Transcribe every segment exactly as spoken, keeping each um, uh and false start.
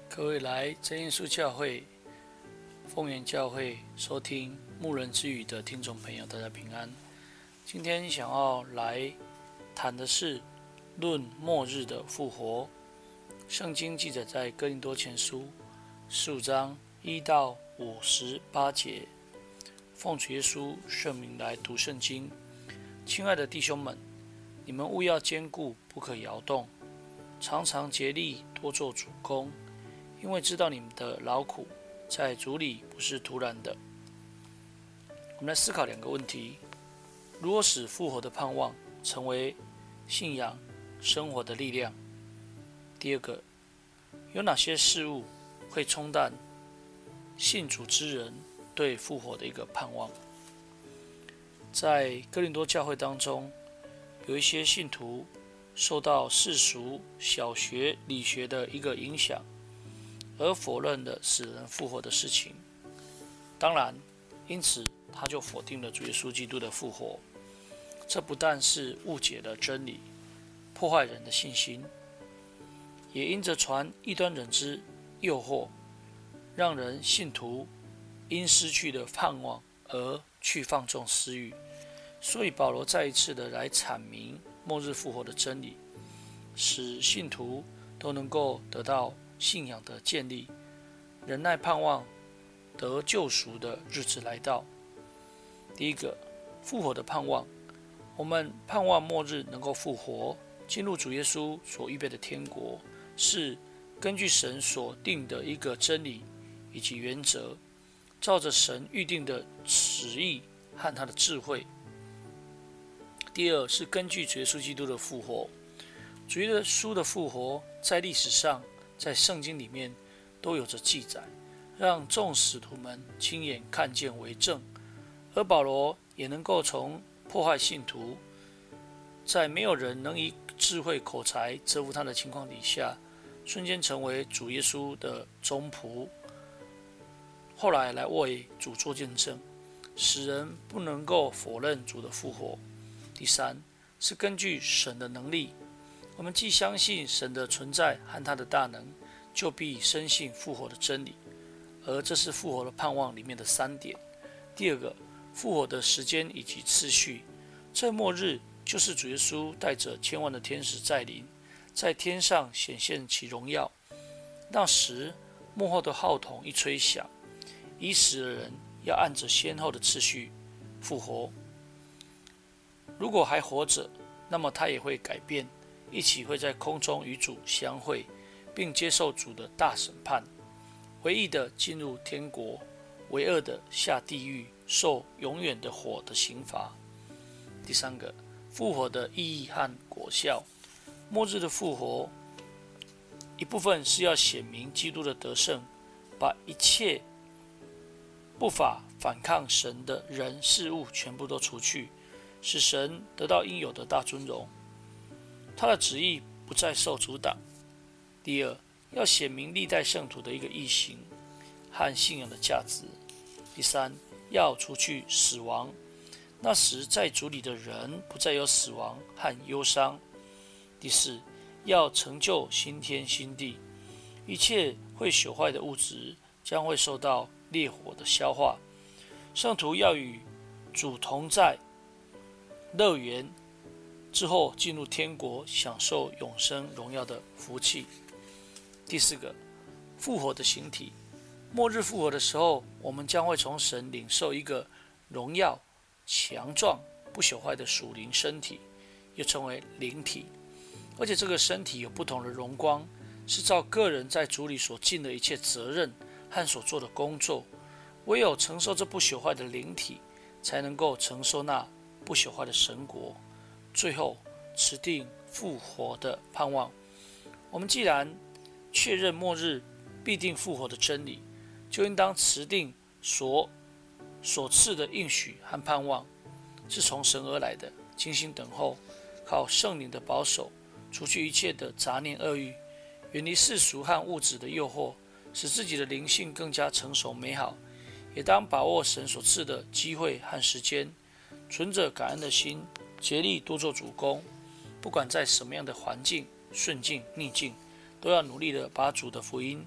各位来真耶稣教会、丰原教会收听牧人之语的听众朋友，大家平安。今天想要来谈的是论末日的复活。圣经记载在哥林多前书十五章一到五十八节。奉主耶稣圣名来读圣经。亲爱的弟兄们，你们务要坚固，不可摇动，常常竭力多做主工，因为知道你们的劳苦在主里不是突然的。我们来思考两个问题：如何使复活的盼望成为信仰生活的力量？第二个，有哪些事物会冲淡信主之人对复活的一个盼望？在哥林多教会当中，有一些信徒受到世俗小学理学的一个影响，而否认了使人复活的事情。当然，因此他就否定了主耶稣基督的复活。这不但是误解了真理，破坏人的信心，也因着传异端人之诱惑，让人信徒因失去了盼望而去放纵私欲。所以保罗再一次的来阐明末日复活的真理，使信徒都能够得到信仰的建立，忍耐盼望得救赎的日子来到。第一个，复活的盼望。我们盼望末日能够复活，进入主耶稣所预备的天国，是根据神所定的一个真理以及原则，照着神预定的旨意和他的智慧。第二，是根据主耶稣基督的复活。主耶稣的复活在历史上，在圣经里面都有着记载，让众使徒们亲眼看见为证。而保罗也能够从破坏信徒，在没有人能以智慧口才折服他的情况底下，瞬间成为主耶稣的忠仆，后来来为主做见证，使人不能够否认主的复活。第三，是根据神的能力。我们既相信神的存在和他的大能，就必深信复活的真理，而这是复活的盼望里面的三点。第二个，复活的时间以及次序。这末日就是主耶稣带着千万的天使再临，在天上显现其荣耀。那时末后的号筒一吹响，已死的人要按着先后的次序复活。如果还活着，那么他也会改变，一起会在空中与主相会，并接受主的大审判。为义的进入天国，为恶的下地狱，受永远的火的刑罚。第三个，复活的意义和果效。末日的复活，一部分是要显明基督的得胜，把一切不法反抗神的人事物全部都除去，使神得到应有的大尊荣，他的旨意不再受阻挡。第二，要显明历代圣徒的一个义行和信仰的价值。第三，要除去死亡，那时在主里的人不再有死亡和忧伤。第四，要成就新天新地，一切会朽坏的物质将会受到烈火的消化，圣徒要与主同在乐园之后，进入天国，享受永生荣耀的福气。第四个，复活的形体。末日复活的时候，我们将会从神领受一个荣耀、强壮、不朽坏的属灵身体，又称为灵体。而且这个身体有不同的荣光，是照个人在主里所尽的一切责任和所做的工作。唯有承受这不朽坏的灵体，才能够承受那不朽坏的神国。最后，持定复活的盼望。我们既然确认末日必定复活的真理，就应当持定所所赐的应许和盼望，是从神而来的，精心等候，靠圣灵的保守，除去一切的杂念恶欲，远离世俗和物质的诱惑，使自己的灵性更加成熟美好。也当把握神所赐的机会和时间，存着感恩的心，竭力多做主工。不管在什么样的环境，顺境逆境，都要努力的把主的福音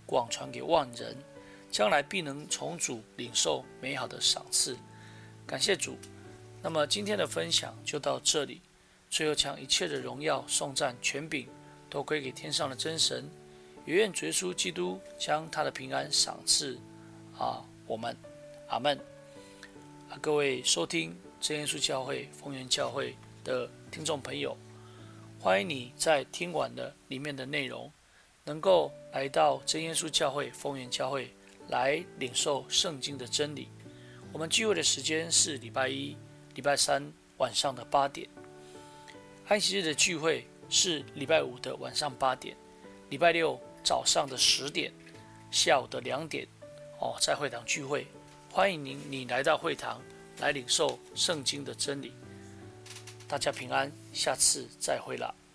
广传给万人，将来必能从主领受美好的赏赐。感谢主。那么今天的分享就到这里。最后将一切的荣耀、颂赞、权柄都归给天上的真神，也愿主耶稣基督将他的平安赏赐啊我们。阿们。啊，各位收听真耶稣教会丰原教会的听众朋友，欢迎你在听完了里面的内容，能够来到真耶稣教会丰原教会来领受圣经的真理。我们聚会的时间是礼拜一、礼拜三晚上的八点，安息日的聚会是礼拜五的晚上八点，礼拜六早上的十点，下午的两点哦，在会堂聚会。欢迎您你来到会堂来领受圣经的真理。大家平安，下次再会啦。